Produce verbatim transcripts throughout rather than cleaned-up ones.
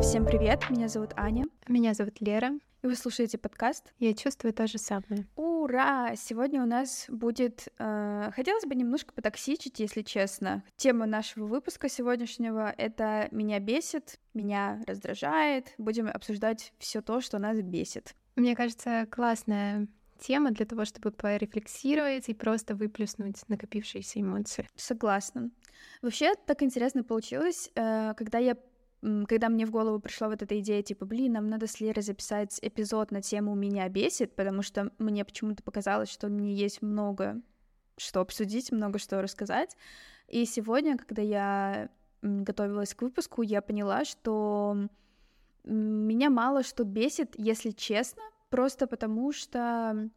Всем привет, меня зовут Аня. Меня зовут Лера. И вы слушаете подкаст «Я чувствую то же самое». Ура! Сегодня у нас будет... Э, хотелось бы немножко потоксичить, если честно. Тема нашего выпуска сегодняшнего — это «Меня бесит», «Меня раздражает». Будем обсуждать все то, что нас бесит. Мне кажется, классная тема для того, чтобы порефлексировать и просто выплеснуть накопившиеся эмоции. Согласна. Вообще, так интересно получилось, э, когда я когда мне в голову пришла вот эта идея, типа, блин, нам надо с Лерой записать эпизод на тему «Меня бесит», потому что мне почему-то показалось, что мне есть много что обсудить, много что рассказать. И сегодня, когда я готовилась к выпуску, я поняла, что меня мало что бесит, если честно, просто потому что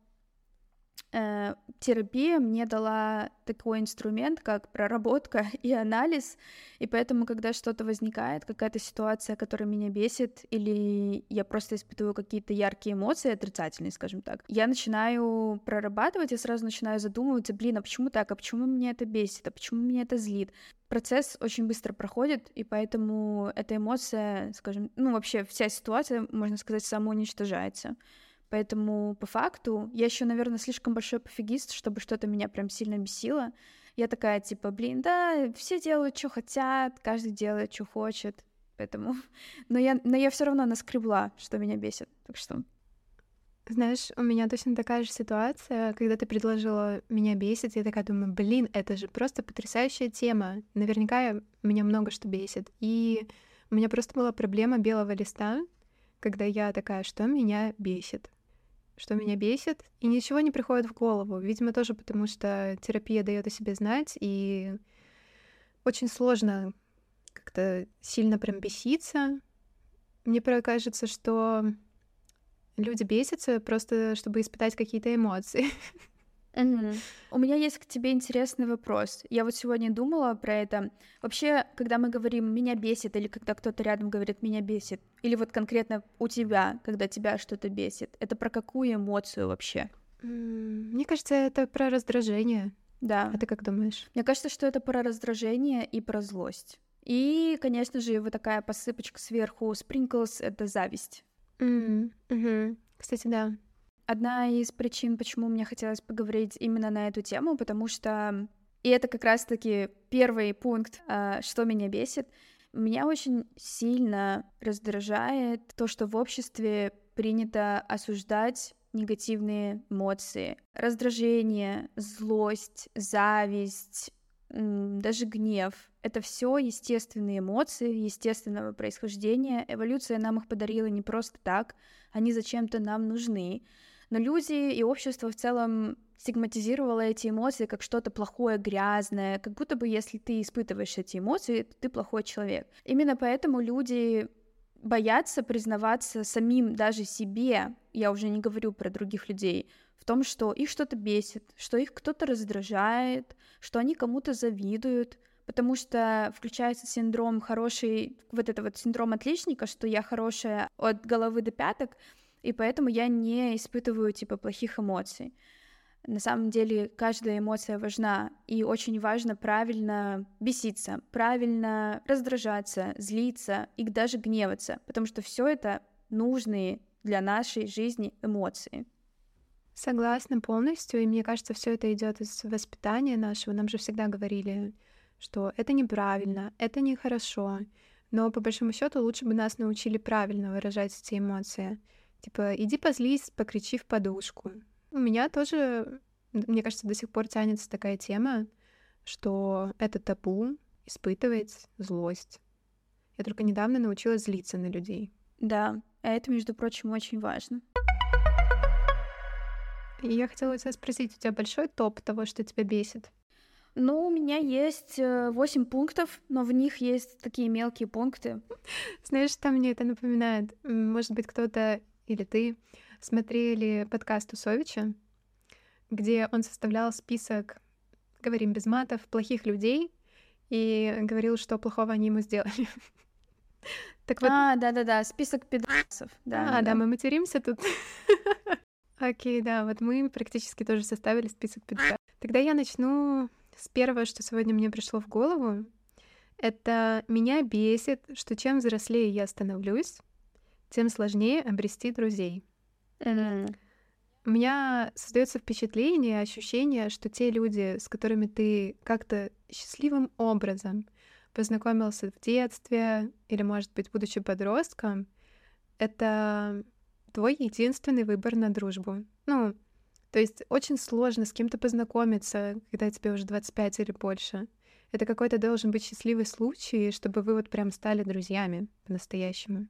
э, терапия мне дала такой инструмент, как проработка и анализ, и поэтому, когда что-то возникает, какая-то ситуация, которая меня бесит, или я просто испытываю какие-то яркие эмоции, отрицательные, скажем так, я начинаю прорабатывать и сразу начинаю задумываться, блин, а почему так, а почему меня это бесит, а почему меня это злит? Процесс очень быстро проходит, и поэтому эта эмоция, скажем, ну вообще вся ситуация, можно сказать, самоуничтожается. Поэтому, по факту, я еще, наверное, слишком большой пофигист, чтобы что-то меня прям сильно бесило. Я такая, типа, блин, да, все делают, что хотят, каждый делает, что хочет. Поэтому... Но я, но я все равно наскребла, что меня бесит. Так что... Знаешь, у меня точно такая же ситуация, когда ты предложила «меня бесит», я такая думаю, блин, это же просто потрясающая тема. Наверняка меня много что бесит. И у меня просто была проблема белого листа, когда я такая, что меня бесит? Что меня бесит, и ничего не приходит в голову. Видимо, тоже потому, что терапия дает о себе знать, и очень сложно как-то сильно прям беситься. Мне порой кажется, что люди бесятся просто, чтобы испытать какие-то эмоции. Mm-hmm. У меня есть к тебе интересный вопрос. Я вот сегодня думала про это. Вообще, когда мы говорим «меня бесит», или когда кто-то рядом говорит «меня бесит», или вот конкретно у тебя, когда тебя что-то бесит, это про какую эмоцию вообще? Mm, мне кажется, это про раздражение. Да. А ты как думаешь? Мне кажется, что это про раздражение и про злость. И, конечно же, вот такая посыпочка сверху, спринклс — это зависть. Mm, mm-hmm. Кстати, да. Одна из причин, почему мне хотелось поговорить именно на эту тему, потому что... И это как раз-таки первый пункт, что меня бесит. Меня очень сильно раздражает то, что в обществе принято осуждать негативные эмоции. Раздражение, злость, зависть, даже гнев. Это все естественные эмоции, естественного происхождения. Эволюция нам их подарила не просто так, они зачем-то нам нужны. Но люди и общество в целом стигматизировало эти эмоции как что-то плохое, грязное, как будто бы если ты испытываешь эти эмоции, то ты плохой человек. Именно поэтому люди боятся признаваться самим даже себе, я уже не говорю про других людей, в том, что их что-то бесит, что их кто-то раздражает, что они кому-то завидуют, потому что включается синдром хороший, вот это вот синдром отличника, что я хорошая от головы до пяток, и поэтому я не испытываю, типа, плохих эмоций. На самом деле каждая эмоция важна, и очень важно правильно беситься, правильно раздражаться, злиться и даже гневаться, потому что все это нужные для нашей жизни эмоции. Согласна полностью, и мне кажется, все это идет из воспитания нашего. Нам же всегда говорили, что это неправильно, это нехорошо, но по большому счету лучше бы нас научили правильно выражать эти эмоции. Типа, иди позлись, покричи в подушку. У меня тоже, мне кажется, до сих пор тянется такая тема, что это табу испытывать злость. Я только недавно научилась злиться на людей. Да, а это, между прочим, очень важно. И я хотела у тебя спросить, у тебя большой топ того, что тебя бесит? Ну, у меня есть восемь пунктов, но в них есть такие мелкие пункты. Знаешь, что мне это напоминает? Может быть, кто-то или ты смотрели подкаст Усовича, где он составлял список, говорим без матов, плохих людей, и говорил, что плохого они ему сделали. Так вот... А, да-да-да, список пидорасов. Да, а, да, мы материмся тут. Окей, да, вот мы практически тоже составили список пидорасов. Тогда я начну с первого, что сегодня мне пришло в голову. Это меня бесит, что чем взрослее я становлюсь, тем сложнее обрести друзей. Мгм. У меня создается впечатление, ощущение, что те люди, с которыми ты как-то счастливым образом познакомился в детстве или, может быть, будучи подростком, это твой единственный выбор на дружбу. Ну, то есть очень сложно с кем-то познакомиться, когда тебе уже двадцать пять или больше. Это какой-то должен быть счастливый случай, чтобы вы вот прям стали друзьями по-настоящему.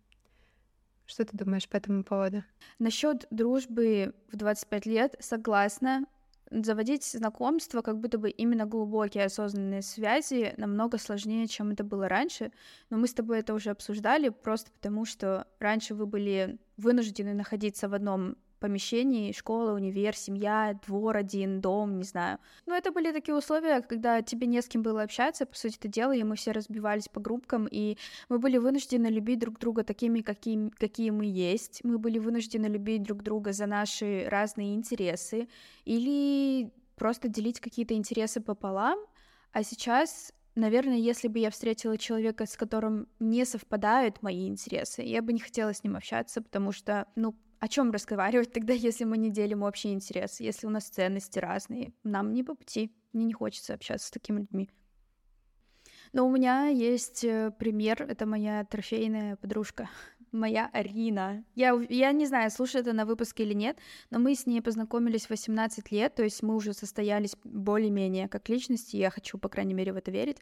Что ты думаешь по этому поводу? Насчет дружбы в двадцать пять лет согласна. Заводить знакомства, как будто бы именно глубокие осознанные связи, намного сложнее, чем это было раньше. Но мы с тобой это уже обсуждали, просто потому что раньше вы были вынуждены находиться в одном помещении: школа, универ, семья, двор один, дом, не знаю. Но это были такие условия, когда тебе не с кем было общаться, по сути дела, и мы все разбивались по группкам, и мы были вынуждены любить друг друга такими, какие, какие мы есть. Мы были вынуждены любить друг друга за наши разные интересы или просто делить какие-то интересы пополам. А сейчас, наверное, если бы я встретила человека, с которым не совпадают мои интересы, я бы не хотела с ним общаться, потому что, ну, о чем разговаривать тогда, если мы не делим общие интересы, если у нас ценности разные? Нам не по пути. Мне не хочется общаться с такими людьми. Но у меня есть э, пример, это моя трофейная подружка, моя Арина. Я, ув- я не знаю, слушает она выпуск или нет, но мы с ней познакомились в восемнадцать лет, то есть мы уже состоялись более-менее как личности, я хочу, по крайней мере, в это верить.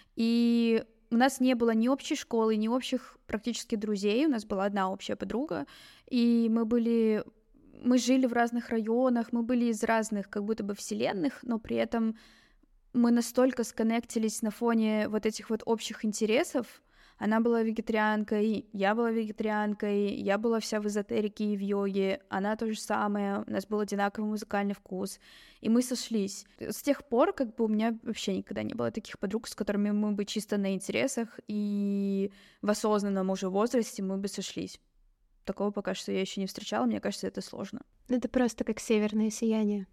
И у нас не было ни общей школы, ни общих практически друзей, у нас была одна общая подруга, и мы были... Мы жили в разных районах, мы были из разных как будто бы вселенных, но при этом мы настолько сконнектились на фоне вот этих вот общих интересов. Она была вегетарианкой, я была вегетарианкой, я была вся в эзотерике и в йоге, она то же самое, у нас был одинаковый музыкальный вкус, и мы сошлись. С тех пор как бы у меня вообще никогда не было таких подруг, с которыми мы бы чисто на интересах и в осознанном уже возрасте мы бы сошлись. Такого пока что я еще не встречала, мне кажется, это сложно. Это просто как северное сияние.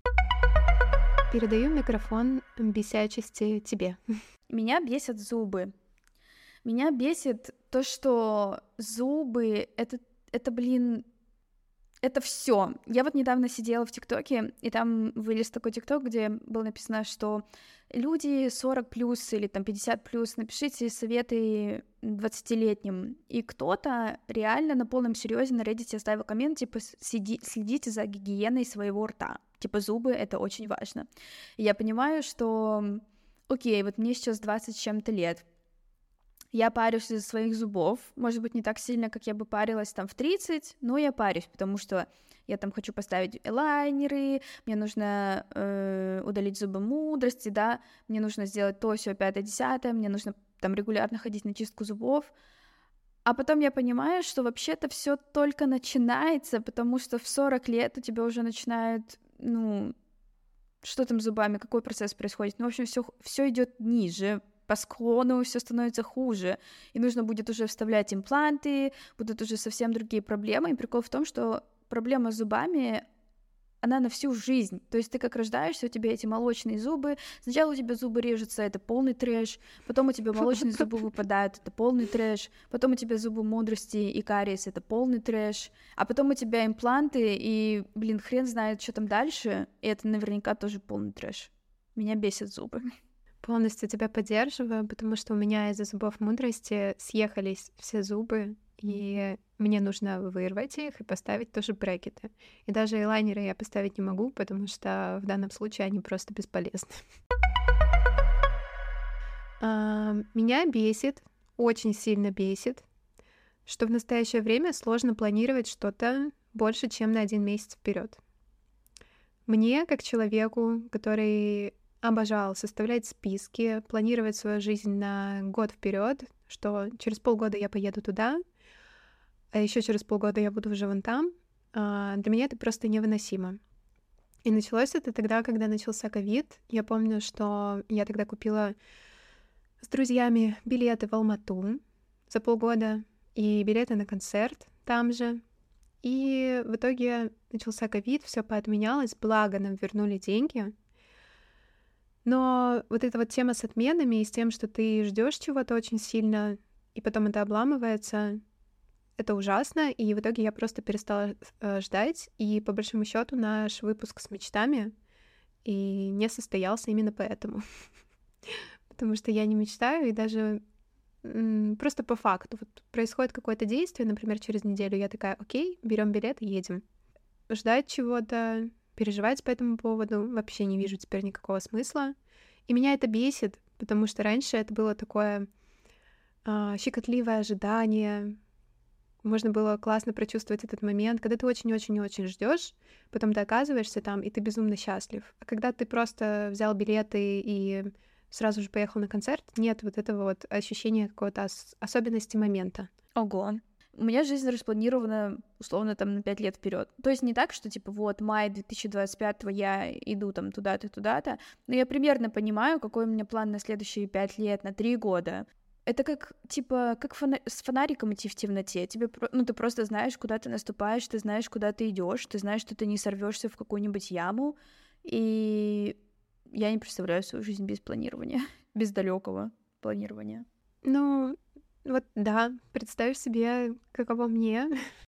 Передаю микрофон бесячести тебе. Меня бесят зубы. Меня бесит то, что зубы это, это, блин, это все. Я вот недавно сидела в ТикТоке, и там вылез такой ТикТок, где было написано, что люди сорок плюс или там пятьдесят плюс, напишите советы двадцатилетним. И кто-то реально на полном серьезе на Reddit оставил коммент, типа, «Сиди- следите за гигиеной своего рта. Типа, зубы — это очень важно». И я понимаю, что, окей, вот мне сейчас двадцать с чем-то лет, я парюсь из-за своих зубов, может быть, не так сильно, как я бы парилась там в тридцать, но я парюсь, потому что я там хочу поставить элайнеры, мне нужно э, удалить зубы мудрости, да, мне нужно сделать то, сё, пятое, десятое, мне нужно там регулярно ходить на чистку зубов. А потом я понимаю, что вообще-то все только начинается, потому что в сорок лет у тебя уже начинают, ну, что там с зубами, какой процесс происходит? Ну, в общем, все, все идет ниже, по склону все становится хуже, и нужно будет уже вставлять импланты, будут уже совсем другие проблемы. И прикол в том, что проблема с зубами, она на всю жизнь. То есть ты как рождаешься, у тебя эти молочные зубы, сначала у тебя зубы режутся, это полный трэш, потом у тебя молочные зубы выпадают, это полный трэш, потом у тебя зубы мудрости и кариес, это полный трэш, а потом у тебя импланты, и, блин, хрен знает, что там дальше, и это наверняка тоже полный трэш. Меня бесят зубы. Полностью тебя поддерживаю, потому что у меня из-за зубов мудрости съехались все зубы, и мне нужно вырвать их и поставить тоже брекеты. И даже элайнеры я поставить не могу, потому что в данном случае они просто бесполезны. А, Меня бесит, очень сильно бесит, что в настоящее время сложно планировать что-то больше, чем на один месяц вперед. Мне, как человеку, который обожал составлять списки, планировать свою жизнь на год вперед, что через полгода я поеду туда, а еще через полгода я буду уже вон там, а, для меня это просто невыносимо. И началось это тогда, когда начался ковид. Я помню, что я тогда купила с друзьями билеты в Алмату за полгода и билеты на концерт там же. И в итоге начался ковид, все поотменялось, благо нам вернули деньги. Но вот эта вот тема с отменами и с тем, что ты ждешь чего-то очень сильно, и потом это обламывается, это ужасно. И в итоге я просто перестала э, ждать. И по большому счету наш выпуск с мечтами и не состоялся именно поэтому. Потому что я не мечтаю, и даже м, просто по факту. Вот происходит какое-то действие, например, через неделю, я такая, окей, берем билет и едем. Ждать чего-то, переживать по этому поводу вообще не вижу теперь никакого смысла. И меня это бесит, потому что раньше это было такое а, щекотливое ожидание. Можно было классно прочувствовать этот момент, когда ты очень-очень-очень ждешь, потом ты оказываешься там, и ты безумно счастлив. А когда ты просто взял билеты и сразу же поехал на концерт, нет вот этого вот ощущения какой-то ос- особенности момента. Ого. У меня жизнь распланирована, условно, там на пять лет вперед. То есть не так, что, типа, вот, май две тысячи двадцать пятого я иду там туда-то, туда-то, но я примерно понимаю, какой у меня план на следующие пять лет, на три года. Это как, типа, как фона- с фонариком идти в темноте. Тебе, про- ну, ты просто знаешь, куда ты наступаешь, ты знаешь, куда ты идешь, ты знаешь, что ты не сорвешься в какую-нибудь яму. И я не представляю свою жизнь без планирования, без далекого планирования. Ну, вот да, представь себе, каково мне.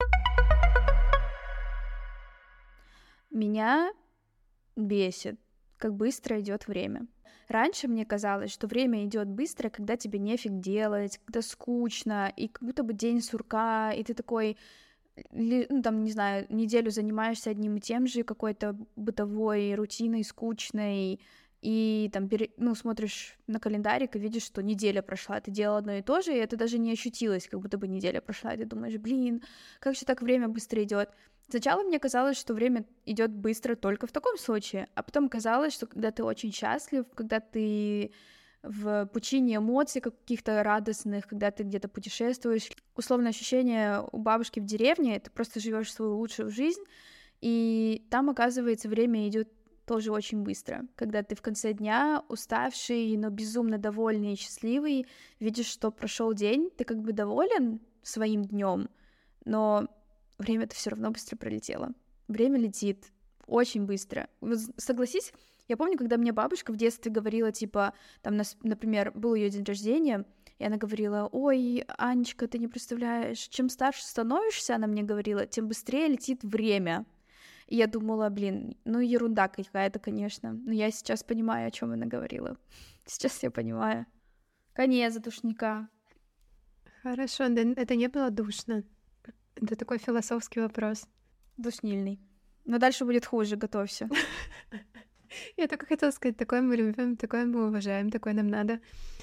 Меня бесит, как быстро идет время. Раньше мне казалось, что время идет быстро, когда тебе нефиг делать, когда скучно, и как будто бы день сурка, и ты такой, ли- ну, там, не знаю, неделю занимаешься одним и тем же, какой-то бытовой рутиной, скучной, и там, пере- ну, смотришь на календарик и видишь, что неделя прошла, ты делал одно и то же, и это даже не ощутилось, как будто бы неделя прошла, и ты думаешь, блин, как же так время быстро идет. Сначала мне казалось, что время идет быстро только в таком случае, а потом казалось, что когда ты очень счастлив, когда ты в пучине эмоций каких-то радостных, когда ты где-то путешествуешь. Условное ощущение у бабушки в деревне, ты просто живешь свою лучшую жизнь, и там, оказывается, время идет тоже очень быстро. Когда ты в конце дня уставший, но безумно довольный и счастливый, видишь, что прошел день, ты как бы доволен своим днем, но время-то все равно быстро пролетело. Время летит очень быстро. Вот согласись, я помню, когда мне бабушка в детстве говорила, типа, там, нас, например, был ее день рождения, и она говорила, ой, Анечка, ты не представляешь, чем старше становишься, она мне говорила, тем быстрее летит время. И я думала, блин, ну ерунда какая-то, конечно, но я сейчас понимаю, о чем она говорила. Сейчас я понимаю. Конец задушника. Хорошо, да, это не было душно. Это такой философский вопрос. Душнильный. Но дальше будет хуже, готовься. Я только хотела сказать, такое мы любим, такое мы уважаем, такое нам надо.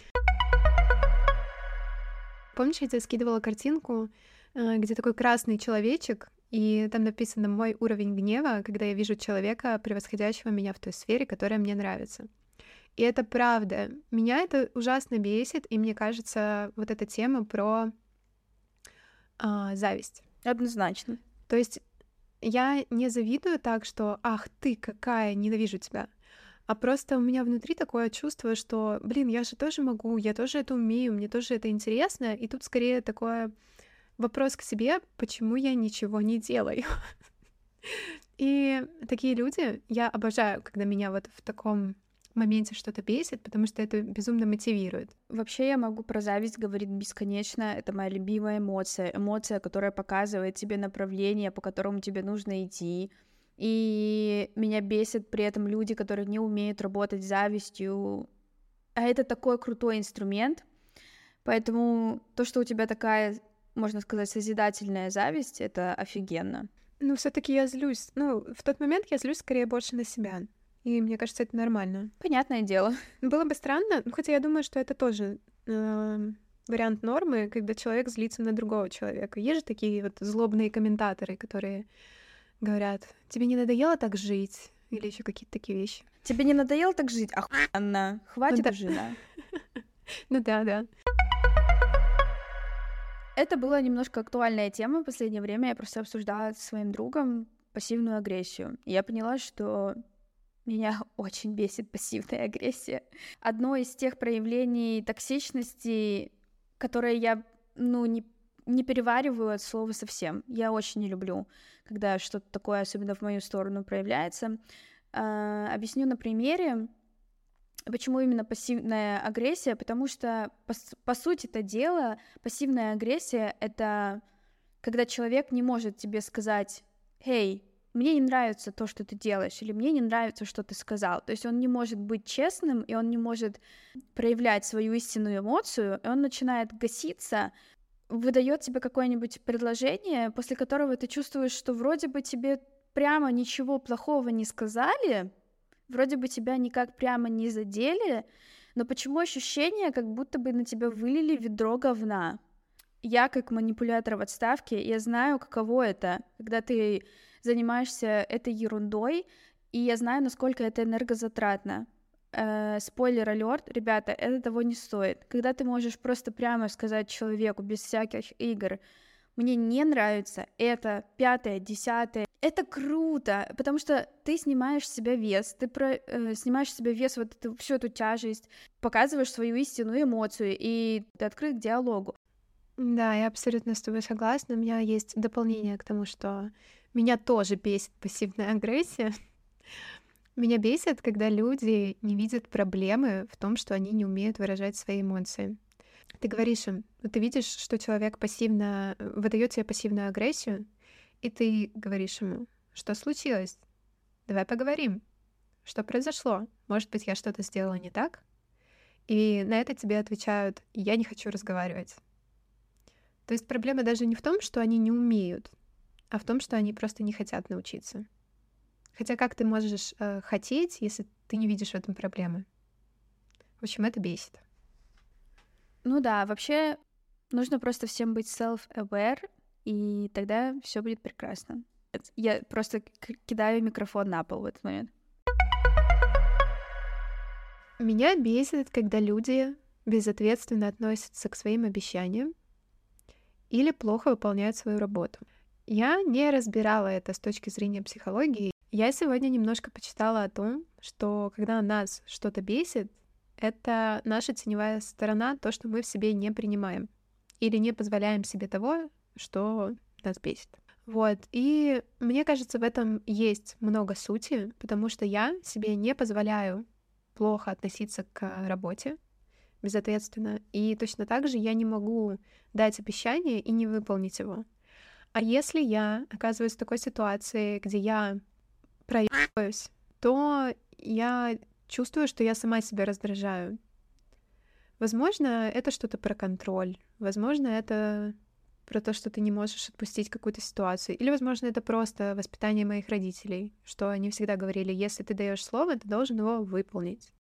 Помнишь, я тебе скидывала картинку, э, где такой красный человечек, и там написано «Мой уровень гнева, когда я вижу человека, превосходящего меня в той сфере, которая мне нравится». И это правда. Меня это ужасно бесит, и мне кажется, вот эта тема про а, зависть. Однозначно. То есть я не завидую так, что «Ах ты, какая, ненавижу тебя», а просто у меня внутри такое чувство, что, блин, я же тоже могу, я тоже это умею, мне тоже это интересно, и тут скорее такое вопрос к себе, почему я ничего не делаю. И такие люди, я обожаю, когда меня вот в таком моменте что-то бесит, потому что это безумно мотивирует. Вообще я могу про зависть говорить бесконечно. Это моя любимая эмоция. Эмоция, которая показывает тебе направление, по которому тебе нужно идти. И меня бесит при этом люди, которые не умеют работать с завистью. А это такой крутой инструмент. Поэтому то, что у тебя такая, можно сказать, созидательная зависть, это офигенно. Ну, все-таки я злюсь. Ну, в тот момент я злюсь скорее больше на себя. И мне кажется, это нормально. Понятное дело. Было бы странно, ну, хотя я думаю, что это тоже э, вариант нормы, когда человек злится на другого человека. Есть же такие вот злобные комментаторы, которые говорят, тебе не надоело так жить? Или еще какие-то такие вещи. Тебе не надоело так жить? Охуенно. Хватит Ну да. уже, да. Ну да, да. Это была немножко актуальная тема в последнее время. Я просто обсуждала со своим другом пассивную агрессию. И я поняла, что меня очень бесит пассивная агрессия. Одно из тех проявлений токсичности, которые я, ну, не, не перевариваю от слова совсем. Я очень не люблю, когда что-то такое, особенно в мою сторону, проявляется. А, объясню на примере. Почему именно пассивная агрессия? Потому что, по, по сути это дело, пассивная агрессия — это когда человек не может тебе сказать: «Эй, мне не нравится то, что ты делаешь», или «Мне не нравится, что ты сказал». То есть он не может быть честным, и он не может проявлять свою истинную эмоцию, и он начинает гаситься, выдает тебе какое-нибудь предложение, после которого ты чувствуешь, что вроде бы тебе прямо ничего плохого не сказали, вроде бы тебя никак прямо не задели, но почему ощущение, как будто бы на тебя вылили ведро говна? Я, как манипулятор в отставке, я знаю, каково это, когда ты занимаешься этой ерундой, и я знаю, насколько это энергозатратно. Э, спойлер алерт, ребята, это того не стоит. Когда ты можешь просто прямо сказать человеку без всяких игр: «Мне не нравится это, пятое, десятое». Это круто, потому что ты снимаешь с себя вес, ты про, э, снимаешь с себя вес, вот эту, всю эту тяжесть, показываешь свою истинную эмоцию, и ты открыт к диалогу. Да, я абсолютно с тобой согласна. У меня есть дополнение к тому, что меня тоже бесит пассивная агрессия. Меня бесит, когда люди не видят проблемы в том, что они не умеют выражать свои эмоции. Ты говоришь им, ну, ты видишь, что человек пассивно э, выдает тебе пассивную агрессию, и ты говоришь ему: что случилось? Давай поговорим. Что произошло? Может быть, я что-то сделала не так? И на это тебе отвечают: я не хочу разговаривать. То есть проблема даже не в том, что они не умеют, а в том, что они просто не хотят научиться. Хотя как ты можешь э, хотеть, если ты не видишь в этом проблемы? В общем, это бесит. Ну да, вообще нужно просто всем быть self-aware, и тогда все будет прекрасно. Я просто к- кидаю микрофон на пол в этот момент. Меня бесит, когда люди безответственно относятся к своим обещаниям или плохо выполняют свою работу. Я не разбирала это с точки зрения психологии. Я сегодня немножко почитала о том, что когда нас что-то бесит, это наша теневая сторона, то, что мы в себе не принимаем или не позволяем себе того, что нас бесит. Вот, и мне кажется, в этом есть много сути, потому что я себе не позволяю плохо относиться к работе безответственно, и точно так же я не могу дать обещание и не выполнить его. А если я оказываюсь в такой ситуации, где я проебываюсь, то я чувствую, что я сама себя раздражаю. Возможно, это что-то про контроль. Возможно, это про то, что ты не можешь отпустить какую-то ситуацию. Или, возможно, это просто воспитание моих родителей, что они всегда говорили: если ты даешь слово, ты должен его выполнить.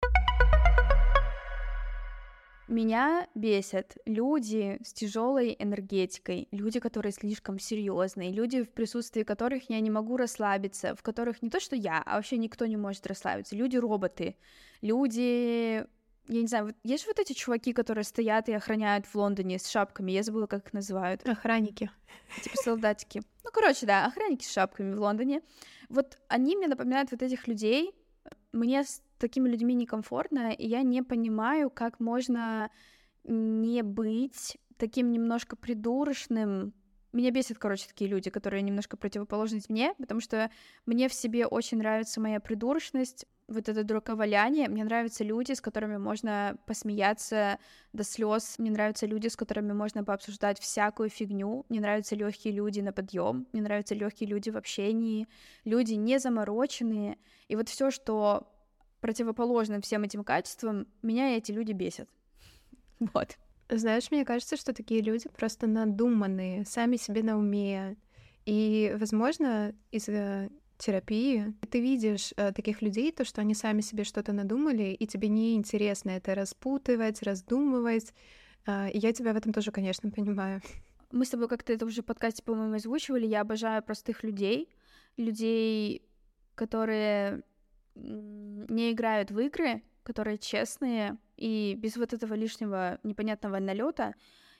Меня бесят люди с тяжелой энергетикой, люди, которые слишком серьезные, люди, в присутствии которых я не могу расслабиться, в которых не то что я, а вообще никто не может расслабиться. Люди-роботы, люди... Я не знаю, вот есть же вот эти чуваки, которые стоят и охраняют в Лондоне с шапками, я забыла, как их называют. Охранники. Типа солдатики. Ну, короче, да, охранники с шапками в Лондоне. Вот они мне напоминают вот этих людей. Мне с такими людьми некомфортно, и я не понимаю, как можно не быть таким немножко придурочным. Меня бесят, короче, такие люди, которые немножко противоположность мне, потому что мне в себе очень нравится моя придурочность, вот это дураковаляние. Мне нравятся люди, с которыми можно посмеяться до слез. Мне нравятся люди, с которыми можно пообсуждать всякую фигню. Мне нравятся легкие люди на подъем. Мне нравятся легкие люди в общении, люди не замороченные. И вот все, что противоположно всем этим качествам, меня эти люди бесят. Вот. Знаешь, мне кажется, что такие люди просто надуманные, сами себе на уме. И, возможно, из-за терапии ты видишь э, таких людей, то, что они сами себе что-то надумали, и тебе неинтересно это распутывать, раздумывать. Э, и я тебя в этом тоже, конечно, понимаю. Мы с тобой как-то это уже в подкасте, по-моему, озвучивали. Я обожаю простых людей, людей, которые не играют в игры, которые честные и без вот этого лишнего непонятного налета.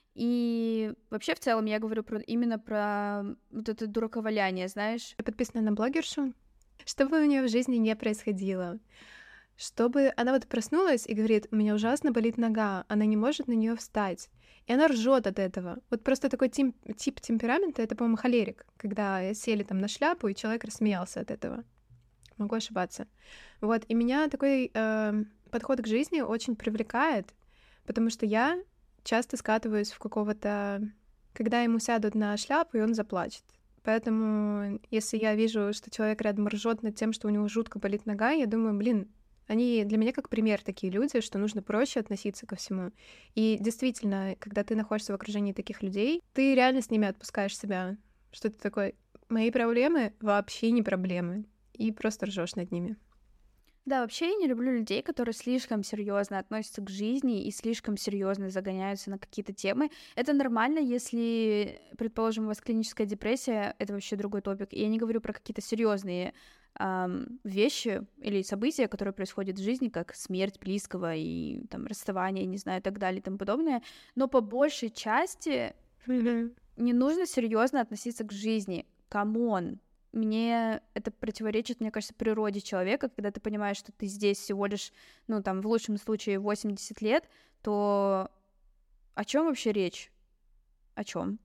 И вообще в целом я говорю про, именно про вот это дураковаляние, знаешь. Я подписана на блогершу. Что бы у нее в жизни не происходило, чтобы она вот проснулась и говорит: у меня ужасно болит нога, она не может на нее встать. И она ржет от этого. Вот просто такой тип, тип темперамента — это, по-моему, холерик, когда сели там на шляпу, и человек рассмеялся от этого. Могу ошибаться. Вот, и меня такой э, подход к жизни очень привлекает, потому что я часто скатываюсь в какого-то... Когда ему сядут на шляпу, и он заплачет. Поэтому, если я вижу, что человек рядом ржет над тем, что у него жутко болит нога, я думаю, блин, они для меня как пример такие люди, что нужно проще относиться ко всему. И действительно, когда ты находишься в окружении таких людей, ты реально с ними отпускаешь себя. Что ты такой, мои проблемы вообще не проблемы. И просто ржешь над ними. Да, вообще я не люблю людей, которые слишком серьезно относятся к жизни и слишком серьезно загоняются на какие-то темы. Это нормально, если, предположим, у вас клиническая депрессия, это вообще другой топик. И я не говорю про какие-то серьезные эм, вещи или события, которые происходят в жизни, как смерть близкого и там расставание, не знаю, и так далее и тому подобное. Но по большей части не нужно серьезно относиться к жизни. Камон. Мне это противоречит, мне кажется, природе человека, когда ты понимаешь, что ты здесь всего лишь, ну, там, в лучшем случае восемьдесят лет, то о чем вообще речь? О чем?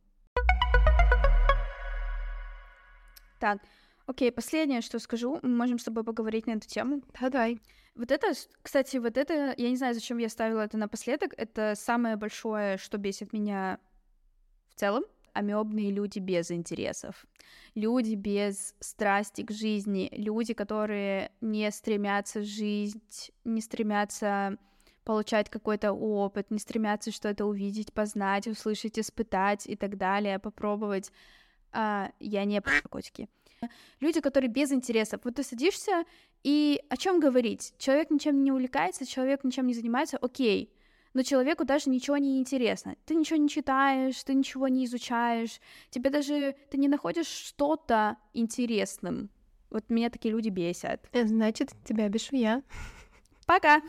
Так, окей, последнее, что скажу, мы можем с тобой поговорить на эту тему. Да, давай. Вот это, кстати, вот это, я не знаю, зачем я ставила это напоследок, это самое большое, что бесит меня в целом. Амебные люди без интересов, люди без страсти к жизни, люди, которые не стремятся жить, не стремятся получать какой-то опыт, не стремятся что-то увидеть, познать, услышать, испытать и так далее, попробовать. А, я не про наркотики. Люди, которые без интересов. Вот ты садишься, и о чем говорить? Человек ничем не увлекается, человек ничем не занимается, окей. Но человеку даже ничего не интересно. Ты ничего не читаешь, ты ничего не изучаешь, тебе даже... Ты не находишь что-то интересным. Вот меня такие люди бесят. Значит, тебя бешу я. Пока!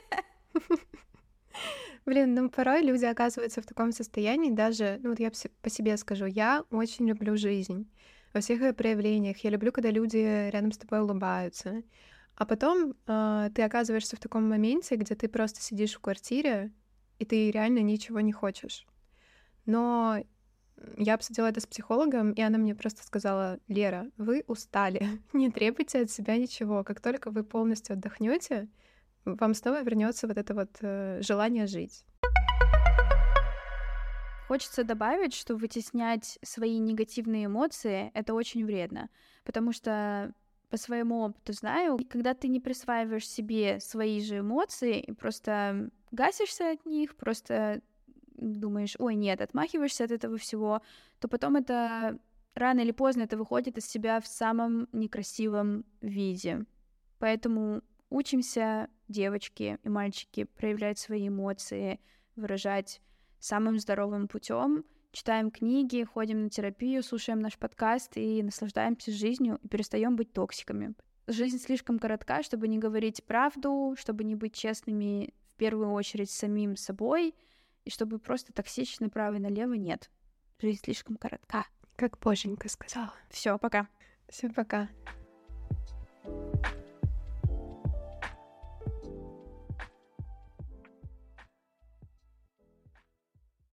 Блин, ну порой люди оказываются в таком состоянии, даже, ну вот я по себе скажу, я очень люблю жизнь во всех ее проявлениях. Я люблю, когда люди рядом с тобой улыбаются. А потом э, ты оказываешься в таком моменте, где ты просто сидишь в квартире, и ты реально ничего не хочешь. Но я обсудила это с психологом, и она мне просто сказала: Лера, вы устали, не требуйте от себя ничего. Как только вы полностью отдохнете, вам снова вернется вот это вот э, желание жить. Хочется добавить, что вытеснять свои негативные эмоции — это очень вредно, потому что по своему опыту знаю, когда ты не присваиваешь себе свои же эмоции и просто гасишься от них, просто думаешь, ой, нет, отмахиваешься от этого всего, то потом это рано или поздно это выходит из себя в самом некрасивом виде. Поэтому учимся, девочки и мальчики, проявлять свои эмоции, выражать самым здоровым путем. Читаем книги, ходим на терапию, слушаем наш подкаст и наслаждаемся жизнью и перестаем быть токсиками. Жизнь слишком коротка, чтобы не говорить правду, чтобы не быть честными в первую очередь с самим собой, и чтобы просто токсично направо и налево нет. Жизнь слишком коротка. Как Боженька сказала. Все, пока. Всем пока.